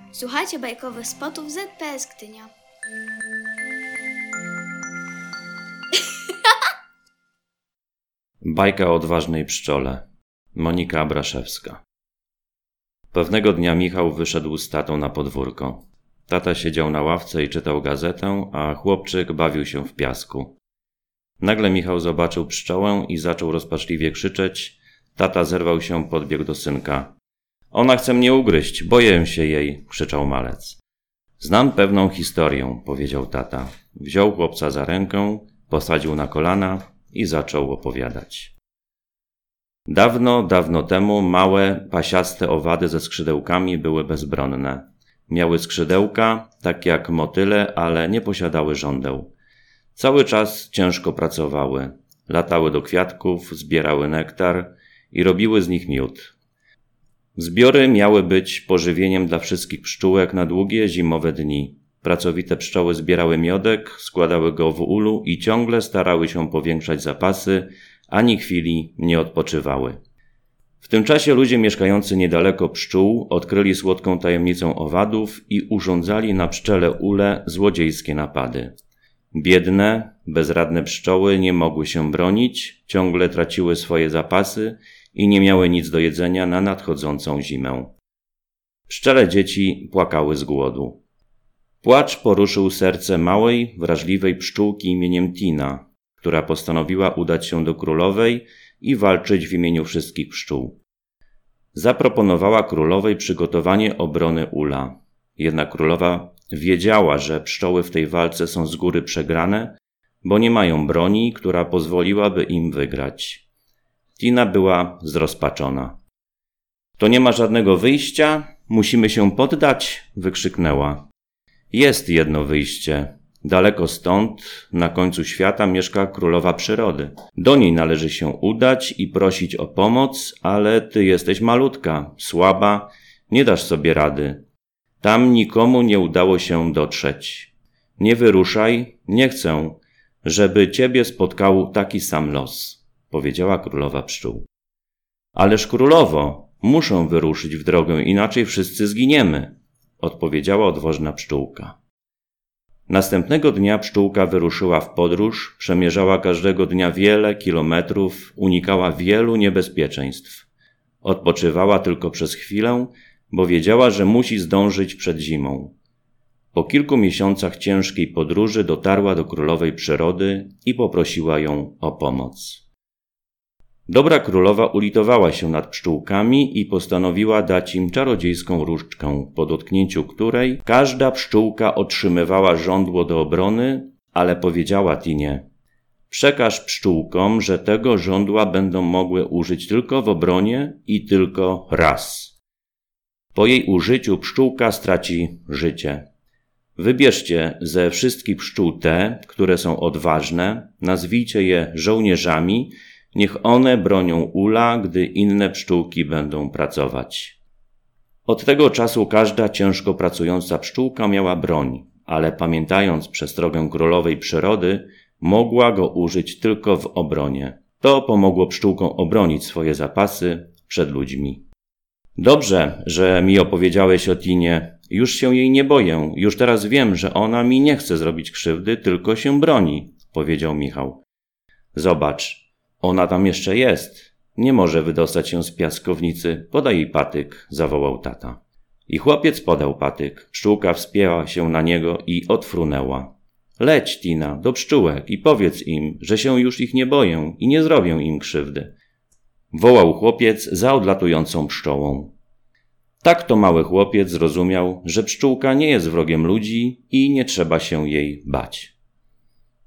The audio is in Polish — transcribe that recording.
Słuchajcie bajkowych spotów ZPS Gdynia. Bajka o odważnej pszczole. Monika Abraszewska. Pewnego dnia Michał wyszedł z tatą na podwórko. Tata siedział na ławce i czytał gazetę, a chłopczyk bawił się w piasku. Nagle Michał zobaczył pszczołę i zaczął rozpaczliwie krzyczeć. Tata zerwał się, podbiegł do synka. Ona chce mnie ugryźć, boję się jej, krzyczał malec. Znam pewną historię, powiedział tata. Wziął chłopca za rękę, posadził na kolana i zaczął opowiadać. Dawno, dawno temu małe, pasiaste owady ze skrzydełkami były bezbronne. Miały skrzydełka, tak jak motyle, ale nie posiadały żądeł. Cały czas ciężko pracowały. Latały do kwiatków, zbierały nektar i robiły z nich miód. Zbiory miały być pożywieniem dla wszystkich pszczółek na długie zimowe dni. Pracowite pszczoły zbierały miodek, składały go w ulu i ciągle starały się powiększać zapasy, ani chwili nie odpoczywały. W tym czasie ludzie mieszkający niedaleko pszczół odkryli słodką tajemnicę owadów i urządzali na pszczele ule złodziejskie napady. Biedne, bezradne pszczoły nie mogły się bronić, ciągle traciły swoje zapasy i nie miały nic do jedzenia na nadchodzącą zimę. Pszczele dzieci płakały z głodu. Płacz poruszył serce małej, wrażliwej pszczółki imieniem Tina, która postanowiła udać się do królowej i walczyć w imieniu wszystkich pszczół. Zaproponowała królowej przygotowanie obrony ula. Jednak królowa wiedziała, że pszczoły w tej walce są z góry przegrane, bo nie mają broni, która pozwoliłaby im wygrać. Tina była zrozpaczona. To nie ma żadnego wyjścia, musimy się poddać, wykrzyknęła. Jest jedno wyjście. Daleko stąd, na końcu świata, mieszka królowa przyrody. Do niej należy się udać i prosić o pomoc, ale ty jesteś malutka, słaba, nie dasz sobie rady. Tam nikomu nie udało się dotrzeć. Nie wyruszaj, nie chcę, żeby ciebie spotkał taki sam los, powiedziała królowa pszczół. Ależ królowo, muszę wyruszyć w drogę, inaczej wszyscy zginiemy, odpowiedziała odważna pszczółka. Następnego dnia pszczółka wyruszyła w podróż, przemierzała każdego dnia wiele kilometrów, unikała wielu niebezpieczeństw. Odpoczywała tylko przez chwilę, bo wiedziała, że musi zdążyć przed zimą. Po kilku miesiącach ciężkiej podróży dotarła do królowej przyrody i poprosiła ją o pomoc. Dobra królowa ulitowała się nad pszczółkami i postanowiła dać im czarodziejską różdżkę, po dotknięciu której każda pszczółka otrzymywała żądło do obrony, ale powiedziała Tinie: przekaż pszczółkom, że tego żądła będą mogły użyć tylko w obronie i tylko raz. Po jej użyciu pszczółka straci życie. Wybierzcie ze wszystkich pszczół te, które są odważne, nazwijcie je żołnierzami, niech one bronią ula, gdy inne pszczółki będą pracować. Od tego czasu każda ciężko pracująca pszczółka miała broń, ale pamiętając przestrogę królowej przyrody, mogła go użyć tylko w obronie. To pomogło pszczółkom obronić swoje zapasy przed ludźmi. Dobrze, że mi opowiedziałeś o Tinie. Już się jej nie boję. Już teraz wiem, że ona mi nie chce zrobić krzywdy, tylko się broni, powiedział Michał. Zobacz, ona tam jeszcze jest. Nie może wydostać się z piaskownicy. Podaj jej patyk, zawołał tata. I chłopiec podał patyk. Pszczółka wspięła się na niego i odfrunęła. Leć, Tina, do pszczółek i powiedz im, że się już ich nie boję i nie zrobię im krzywdy, wołał chłopiec za odlatującą pszczołą. Tak to mały chłopiec zrozumiał, że pszczółka nie jest wrogiem ludzi i nie trzeba się jej bać.